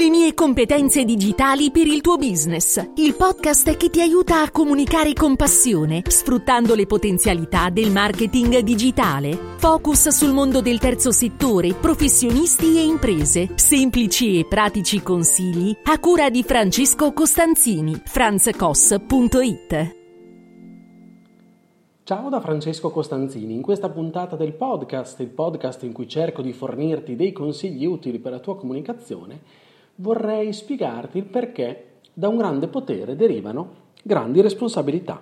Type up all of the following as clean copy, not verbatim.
le mie competenze digitali per il tuo business. Il podcast che ti aiuta a comunicare con passione, sfruttando le potenzialità del marketing digitale. Focus sul mondo del terzo settore, professionisti e imprese. Semplici e pratici consigli a cura di Francesco Costanzini. franzcos.it. Ciao da Francesco Costanzini. In questa puntata del podcast, il podcast in cui cerco di fornirti dei consigli utili per la tua comunicazione, vorrei spiegarti il perché da un grande potere derivano grandi responsabilità.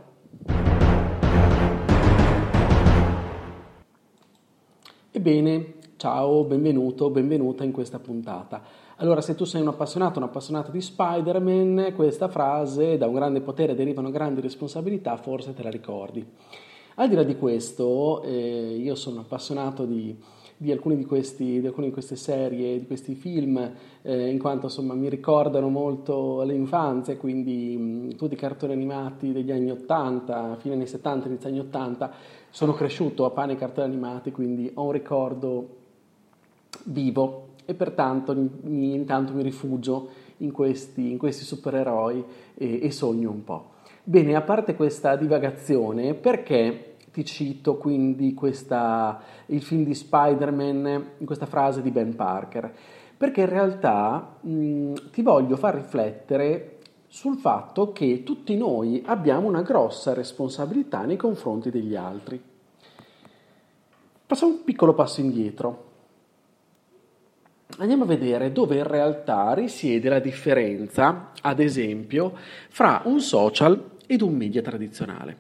Ebbene, ciao, benvenuto, benvenuta in questa puntata. Allora, se tu sei un appassionato di Spider-Man, questa frase, da un grande potere derivano grandi responsabilità, forse te la ricordi. Al di là di questo, io sono appassionato di alcune di queste serie, di questi film, in quanto insomma mi ricordano molto l'infanzia, quindi tutti i cartoni animati degli anni 80, fine anni 70, inizio anni 80, sono cresciuto a pane ai cartoni animati, quindi ho un ricordo vivo e pertanto intanto mi rifugio in questi supereroi e sogno un po'. Bene, a parte questa divagazione, perché ti cito quindi il film di Spider-Man in questa frase di Ben Parker? Perché in realtà ti voglio far riflettere sul fatto che tutti noi abbiamo una grossa responsabilità nei confronti degli altri. Facciamo un piccolo passo indietro. Andiamo a vedere dove in realtà risiede la differenza, ad esempio, fra un social ed un media tradizionale.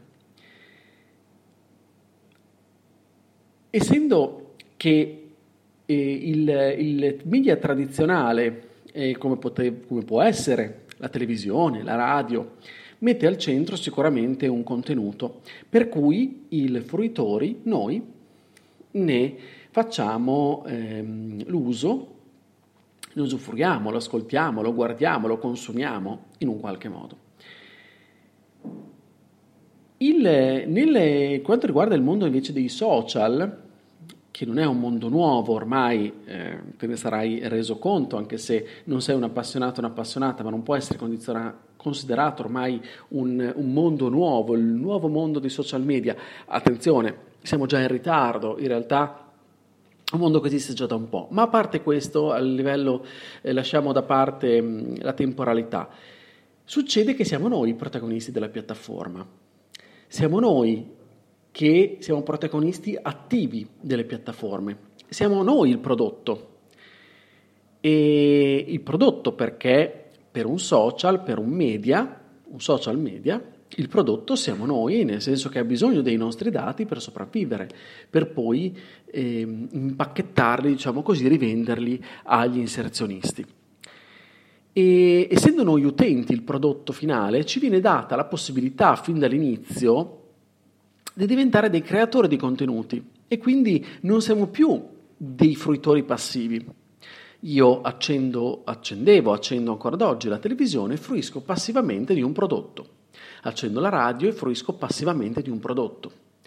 Essendo che il media tradizionale, come può essere la televisione, la radio, mette al centro sicuramente un contenuto, per cui i fruitori, noi, ne facciamo l'uso, ne usufruiamo, lo ascoltiamo, lo guardiamo, lo consumiamo in un qualche modo. Quanto riguarda il mondo invece dei social, che non è un mondo nuovo ormai, te ne sarai reso conto, anche se non sei un appassionato o un'appassionata, ma non può essere considerato ormai un mondo nuovo, il nuovo mondo dei social media. Attenzione, siamo già in ritardo, in realtà un mondo che esiste già da un po', ma a parte questo, a livello, lasciamo da parte la temporalità, succede che siamo noi i protagonisti della piattaforma. Siamo noi che siamo protagonisti attivi delle piattaforme, siamo noi il prodotto. E il prodotto perché per un social media, il prodotto siamo noi, nel senso che ha bisogno dei nostri dati per sopravvivere, per poi impacchettarli, diciamo così, rivenderli agli inserzionisti. E essendo noi utenti il prodotto finale, ci viene data la possibilità fin dall'inizio di diventare dei creatori di contenuti e quindi non siamo più dei fruitori passivi. Io accendo ancora ad oggi la televisione e fruisco passivamente di un prodotto. Accendo la radio e fruisco passivamente di un prodotto.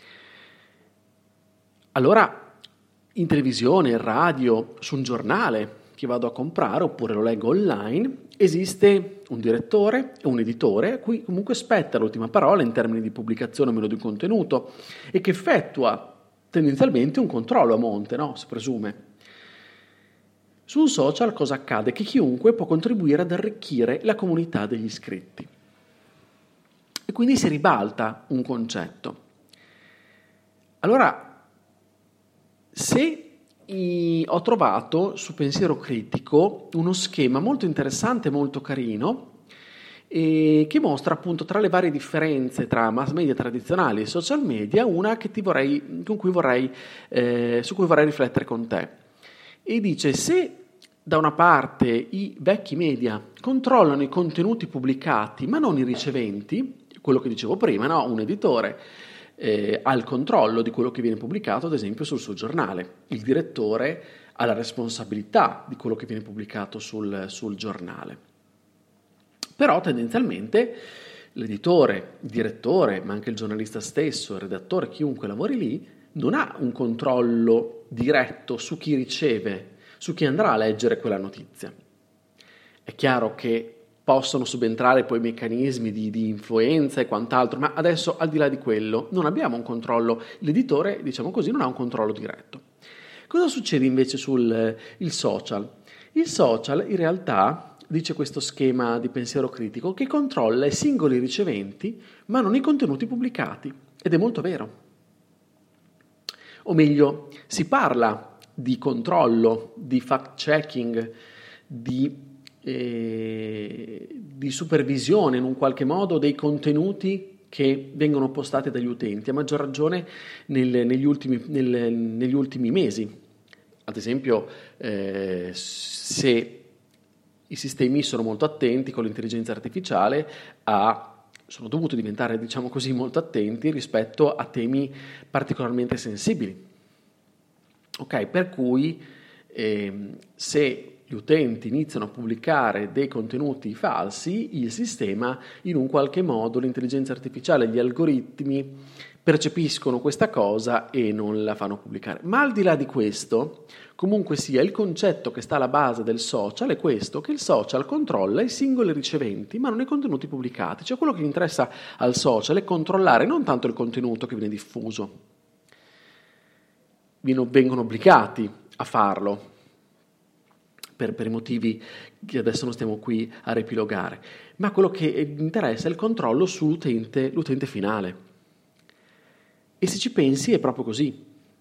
Allora, in televisione, in radio, su un giornale che vado a comprare oppure lo leggo online, esiste un direttore e un editore a cui comunque spetta l'ultima parola in termini di pubblicazione o meno di un contenuto e che effettua tendenzialmente un controllo a monte, no? Si presume. Su un social cosa accade? Che chiunque può contribuire ad arricchire la comunità degli iscritti. E quindi si ribalta un concetto. Allora, se ho trovato su Pensiero Critico uno schema molto interessante, molto carino, che mostra appunto tra le varie differenze tra mass media tradizionali e social media una su cui vorrei riflettere con te. E dice: se da una parte i vecchi media controllano i contenuti pubblicati ma non i riceventi, quello che dicevo prima, no? Un editore ha il controllo di quello che viene pubblicato, ad esempio, sul suo giornale. Il direttore ha la responsabilità di quello che viene pubblicato sul giornale. Però tendenzialmente l'editore, il direttore, ma anche il giornalista stesso, il redattore, chiunque lavori lì, non ha un controllo diretto su chi riceve, su chi andrà a leggere quella notizia. È chiaro che possono subentrare poi meccanismi di influenza e quant'altro, ma adesso al di là di quello non abbiamo un controllo, l'editore, diciamo così, non ha un controllo diretto. Cosa succede invece sul il social? Il social in realtà, dice questo schema di pensiero critico, che controlla i singoli riceventi ma non i contenuti pubblicati, ed è molto vero. O meglio, si parla di controllo, di fact-checking, di supervisione in un qualche modo dei contenuti che vengono postati dagli utenti, a maggior ragione negli ultimi mesi. Ad esempio, se i sistemi sono molto attenti con l'intelligenza artificiale sono dovuti diventare, diciamo così, molto attenti rispetto a temi particolarmente sensibili. Ok, per cui se gli utenti iniziano a pubblicare dei contenuti falsi, il sistema, in un qualche modo, l'intelligenza artificiale, gli algoritmi percepiscono questa cosa e non la fanno pubblicare. Ma al di là di questo, comunque sia, il concetto che sta alla base del social è questo, che il social controlla i singoli riceventi, ma non i contenuti pubblicati. Cioè quello che gli interessa al social è controllare non tanto il contenuto che viene diffuso, vengono obbligati a farlo, per i motivi che adesso non stiamo qui a riepilogare, ma quello che interessa è il controllo l'utente finale. E se ci pensi è proprio così.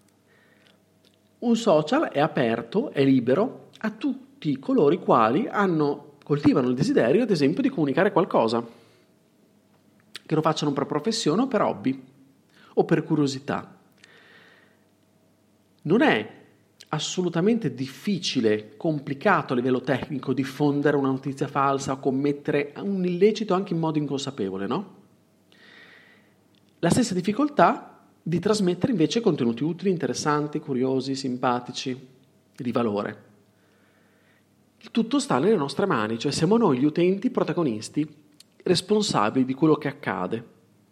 Un social è aperto, è libero a tutti coloro i quali coltivano il desiderio, ad esempio, di comunicare qualcosa, che lo facciano per professione o per hobby o per curiosità. Non è assolutamente difficile, complicato a livello tecnico diffondere una notizia falsa o commettere un illecito anche in modo inconsapevole, no? La stessa difficoltà di trasmettere invece contenuti utili, interessanti, curiosi, simpatici, di valore. Il tutto sta nelle nostre mani, cioè siamo noi gli utenti protagonisti, responsabili di quello che accade.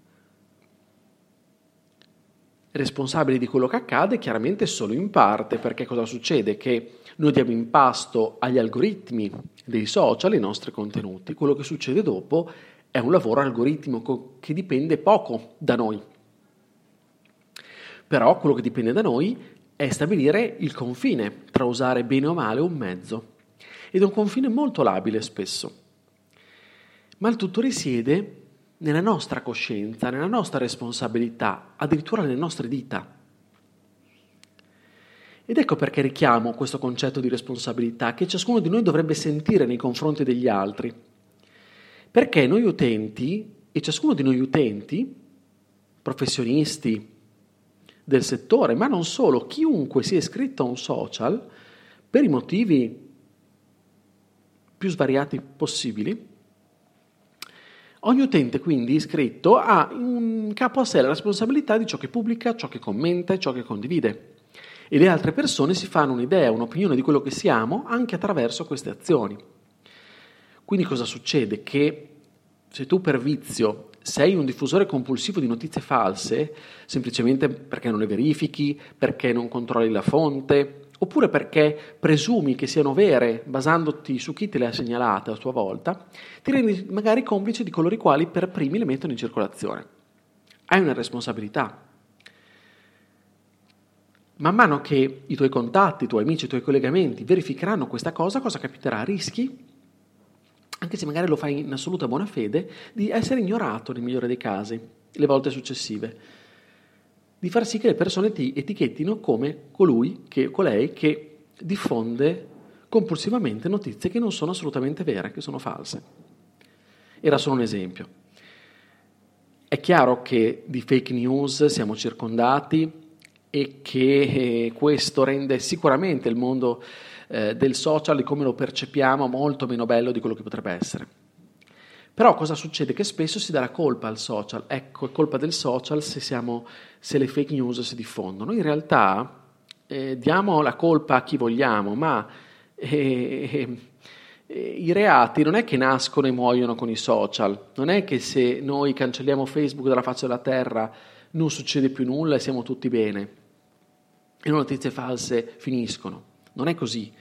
Responsabili di quello che accade chiaramente solo in parte, perché cosa succede? Che noi diamo in pasto agli algoritmi dei social i nostri contenuti. Quello che succede dopo è un lavoro algoritmico che dipende poco da noi. Però quello che dipende da noi è stabilire il confine tra usare bene o male un mezzo. Ed è un confine molto labile spesso. Ma il tutto risiede nella nostra coscienza, nella nostra responsabilità, addirittura nelle nostre dita. Ed ecco perché richiamo questo concetto di responsabilità che ciascuno di noi dovrebbe sentire nei confronti degli altri. Perché noi utenti, e ciascuno di noi utenti, professionisti del settore, ma non solo, chiunque sia iscritto a un social, per i motivi più svariati possibili, ogni utente quindi iscritto ha in capo a sé la responsabilità di ciò che pubblica, ciò che commenta e ciò che condivide. E le altre persone si fanno un'idea, un'opinione di quello che siamo anche attraverso queste azioni. Quindi cosa succede? Che se tu per vizio sei un diffusore compulsivo di notizie false, semplicemente perché non le verifichi, perché non controlli la fonte, oppure perché presumi che siano vere basandoti su chi te le ha segnalate a sua volta, ti rendi magari complice di coloro i quali per primi le mettono in circolazione. Hai una responsabilità. Man mano che i tuoi contatti, i tuoi amici, i tuoi collegamenti verificheranno questa cosa capiterà? Rischi, anche se magari lo fai in assoluta buona fede, di essere ignorato nel migliore dei casi, le volte successive, di far sì che le persone ti etichettino come colei che diffonde compulsivamente notizie che non sono assolutamente vere, che sono false. Era solo un esempio. È chiaro che di fake news siamo circondati e che questo rende sicuramente il mondo del social e come lo percepiamo molto meno bello di quello che potrebbe essere. Però cosa succede? Che spesso si dà la colpa al social. Ecco, è colpa del social se le fake news si diffondono. In realtà diamo la colpa a chi vogliamo, ma i reati non è che nascono e muoiono con i social. Non è che se noi cancelliamo Facebook dalla faccia della terra non succede più nulla e siamo tutti bene e le notizie false finiscono. Non è così.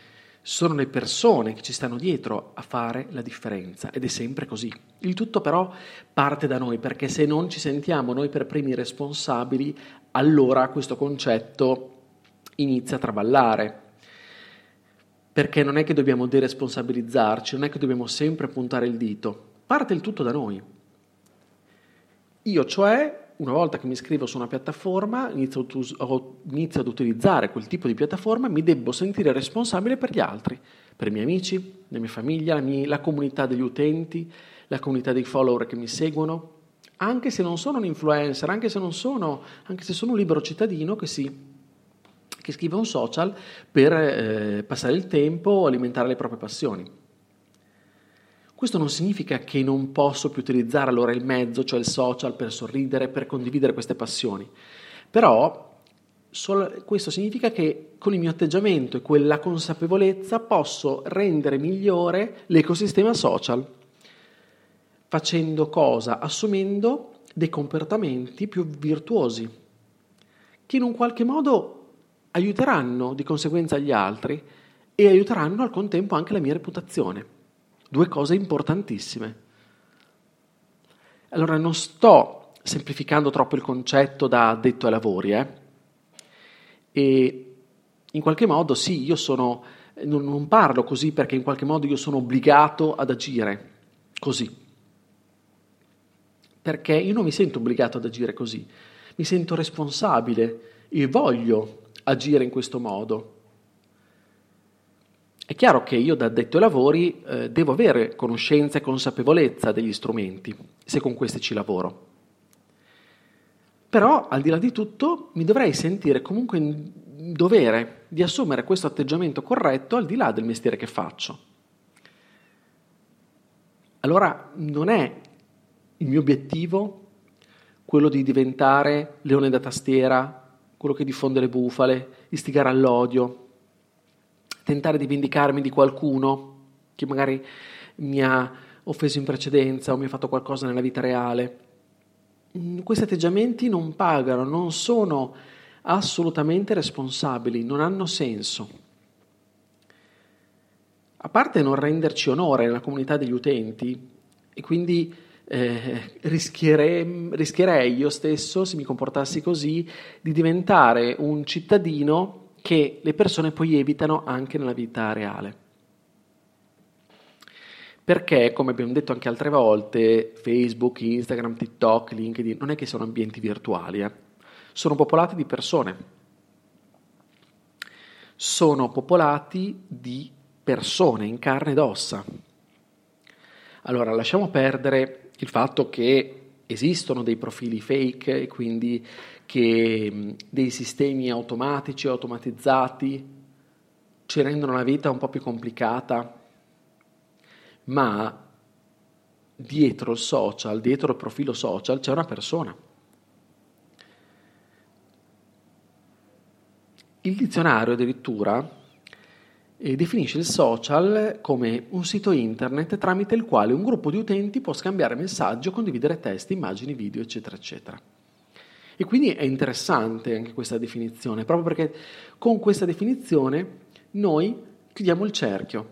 sono le persone che ci stanno dietro a fare la differenza, ed è sempre così. Il tutto però parte da noi, perché se non ci sentiamo noi per primi responsabili, allora questo concetto inizia a traballare. Perché non è che dobbiamo deresponsabilizzarci, non è che dobbiamo sempre puntare il dito, parte il tutto da noi. Io, cioè, una volta che mi iscrivo su una piattaforma, inizio ad utilizzare quel tipo di piattaforma, mi debbo sentire responsabile per gli altri, per i miei amici, la mia famiglia, la comunità degli utenti, la comunità dei follower che mi seguono, anche se non sono un influencer, anche se sono un libero cittadino che scrive un social per passare il tempo o alimentare le proprie passioni. Questo non significa che non posso più utilizzare allora il mezzo, cioè il social, per sorridere, per condividere queste passioni. Però questo significa che con il mio atteggiamento e quella consapevolezza posso rendere migliore l'ecosistema social. Facendo cosa? Assumendo dei comportamenti più virtuosi, che in un qualche modo aiuteranno di conseguenza gli altri e aiuteranno al contempo anche la mia reputazione. Due cose importantissime. Allora non sto semplificando troppo il concetto da addetto ai lavori, E in qualche modo sì, io non parlo così perché in qualche modo io sono obbligato ad agire così. Perché io non mi sento obbligato ad agire così, mi sento responsabile e voglio agire in questo modo. È chiaro che io da addetto ai lavori devo avere conoscenza e consapevolezza degli strumenti, se con questi ci lavoro. Però, al di là di tutto, mi dovrei sentire comunque in dovere di assumere questo atteggiamento corretto al di là del mestiere che faccio. Allora, non è il mio obiettivo quello di diventare leone da tastiera, quello che diffonde le bufale, istigare all'odio, tentare di vendicarmi di qualcuno che magari mi ha offeso in precedenza o mi ha fatto qualcosa nella vita reale. Questi atteggiamenti non pagano, non sono assolutamente responsabili, non hanno senso. A parte non renderci onore nella comunità degli utenti, e quindi rischierei io stesso, se mi comportassi così, di diventare un cittadino che le persone poi evitano anche nella vita reale. Perché, come abbiamo detto anche altre volte, Facebook, Instagram, TikTok, LinkedIn, non è che sono ambienti virtuali, sono popolati di persone. Sono popolati di persone in carne ed ossa. Allora, lasciamo perdere il fatto che esistono dei profili fake e quindi che dei sistemi automatici o automatizzati ci rendono la vita un po' più complicata, ma dietro il social, dietro il profilo social c'è una persona. Il dizionario addirittura definisce il social come un sito internet tramite il quale un gruppo di utenti può scambiare messaggi o condividere testi, immagini, video, eccetera, eccetera. E quindi è interessante anche questa definizione, proprio perché con questa definizione noi chiudiamo il cerchio.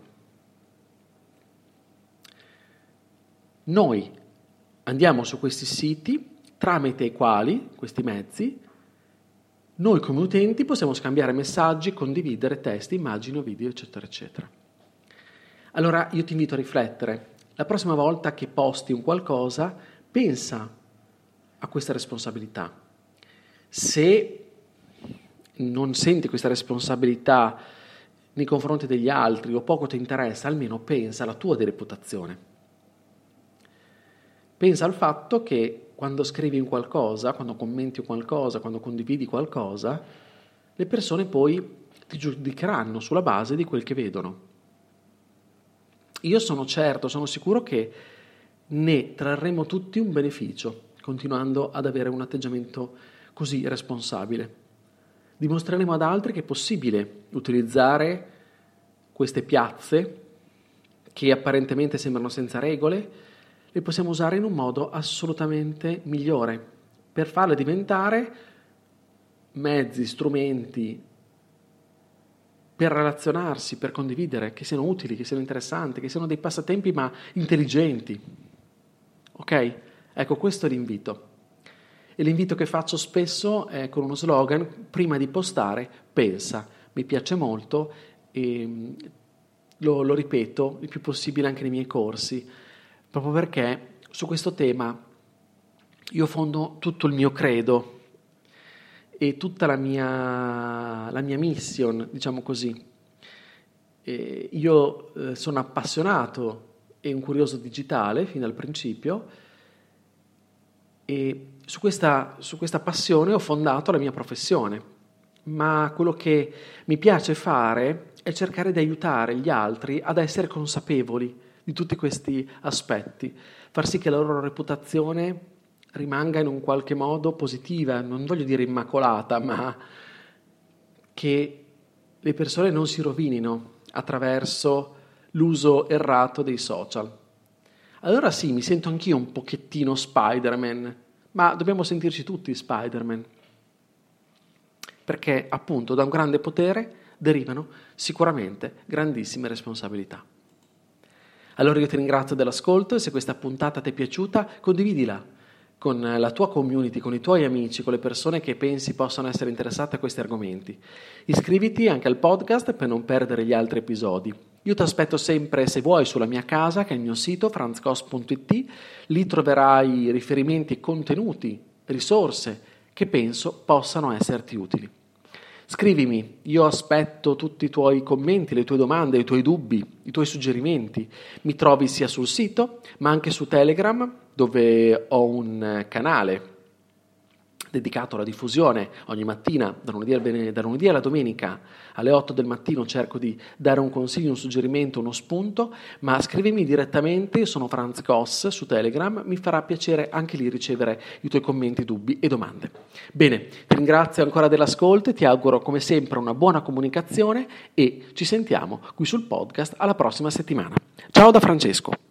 Noi andiamo su questi siti tramite i quali, questi mezzi, noi come utenti possiamo scambiare messaggi, condividere testi, immagini, video, eccetera, eccetera. Allora io ti invito a riflettere. La prossima volta che posti un qualcosa, pensa a questa responsabilità. Se non senti questa responsabilità nei confronti degli altri o poco ti interessa, almeno pensa alla tua di reputazione. Pensa al fatto che quando scrivi in qualcosa, quando commenti qualcosa, quando condividi qualcosa, le persone poi ti giudicheranno sulla base di quel che vedono. Io sono certo, sono sicuro che ne trarremo tutti un beneficio, continuando ad avere un atteggiamento così responsabile. Dimostreremo ad altri che è possibile utilizzare queste piazze che apparentemente sembrano senza regole, le possiamo usare in un modo assolutamente migliore per farle diventare mezzi, strumenti per relazionarsi, per condividere, che siano utili, che siano interessanti, che siano dei passatempi ma intelligenti. Ok? Ecco, questo è l'invito. E l'invito che faccio spesso è con uno slogan: prima di postare, pensa. Mi piace molto e lo ripeto il più possibile anche nei miei corsi, proprio perché su questo tema io fondo tutto il mio credo e tutta la mia mission, diciamo così. Io sono appassionato e un curioso digitale fin dal principio, e su questa passione ho fondato la mia professione, ma quello che mi piace fare è cercare di aiutare gli altri ad essere consapevoli di tutti questi aspetti, far sì che la loro reputazione rimanga in un qualche modo positiva, non voglio dire immacolata, ma che le persone non si rovinino attraverso l'uso errato dei social. Allora sì, mi sento anch'io un pochettino Spider-Man, ma dobbiamo sentirci tutti Spider-Man, perché appunto da un grande potere derivano sicuramente grandissime responsabilità. Allora io ti ringrazio dell'ascolto e se questa puntata ti è piaciuta, condividila con la tua community, con i tuoi amici, con le persone che pensi possano essere interessate a questi argomenti. Iscriviti anche al podcast per non perdere gli altri episodi. Io ti aspetto sempre, se vuoi, sulla mia casa, che è il mio sito, franzcos.it. Lì troverai riferimenti e contenuti, risorse che penso possano esserti utili. Scrivimi, io aspetto tutti i tuoi commenti, le tue domande, i tuoi dubbi, i tuoi suggerimenti. Mi trovi sia sul sito, ma anche su Telegram, dove ho un canale dedicato alla diffusione. Ogni mattina, da lunedì alla domenica, alle 8 del mattino cerco di dare un consiglio, un suggerimento, uno spunto, ma scrivimi direttamente, io sono Franz Cos su Telegram, mi farà piacere anche lì ricevere i tuoi commenti, dubbi e domande. Bene, ti ringrazio ancora dell'ascolto e ti auguro come sempre una buona comunicazione e ci sentiamo qui sul podcast alla prossima settimana. Ciao da Francesco!